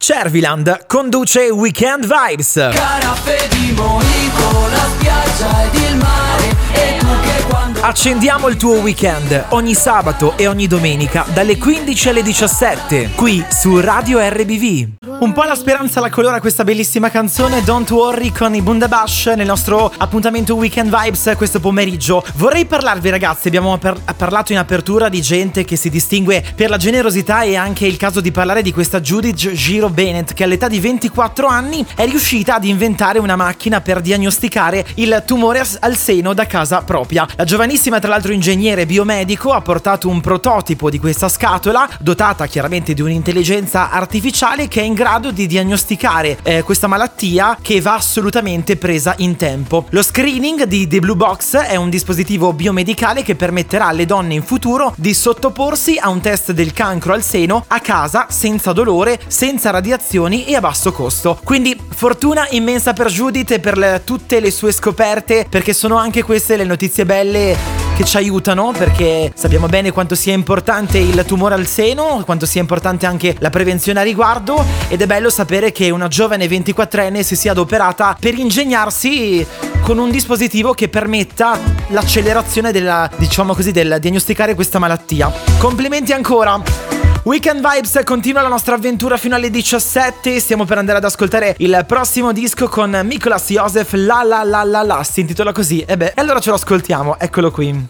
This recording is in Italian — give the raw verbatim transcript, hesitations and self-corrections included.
Cerviland conduce Weekend Vibes. Caraffe di mojito, la spiaggia ed il mare. E tu che quando... Accendiamo il tuo weekend ogni sabato e ogni domenica dalle quindici alle diciassette qui su Radio R B V. Un po' la speranza la colora questa bellissima canzone Don't Worry con i Bundabash nel nostro appuntamento Weekend Vibes questo pomeriggio. Vorrei parlarvi, ragazzi, abbiamo per- parlato in apertura di gente che si distingue per la generosità, e anche il caso di parlare di questa Judith Giro Bennett che all'età di ventiquattro anni è riuscita ad inventare una macchina per diagnosticare il tumore al seno da casa propria. La giovanissima, tra l'altro ingegnere biomedico, ha portato un prototipo di questa scatola dotata chiaramente di un'intelligenza artificiale che è in grado di diagnosticare eh, questa malattia, che va assolutamente presa in tempo. Lo screening di The Blue Box è un dispositivo biomedicale che permetterà alle donne in futuro di sottoporsi a un test del cancro al seno a casa, senza dolore, senza radiazioni e a basso costo. Quindi fortuna immensa per Judith e per le, tutte le sue scoperte, perché sono anche queste le notizie belle che ci aiutano, perché sappiamo bene quanto sia importante il tumore al seno, quanto sia importante anche la prevenzione a riguardo, ed è bello sapere che una giovane ventiquattrenne si sia adoperata per ingegnarsi con un dispositivo che permetta l'accelerazione della, diciamo così, del diagnosticare questa malattia. Complimenti ancora! Weekend Vibes continua la nostra avventura fino alle diciassette. Stiamo per andare ad ascoltare il prossimo disco con Mikolas Joseph, La La La La La, si intitola così. E beh, allora ce lo ascoltiamo, eccolo qui.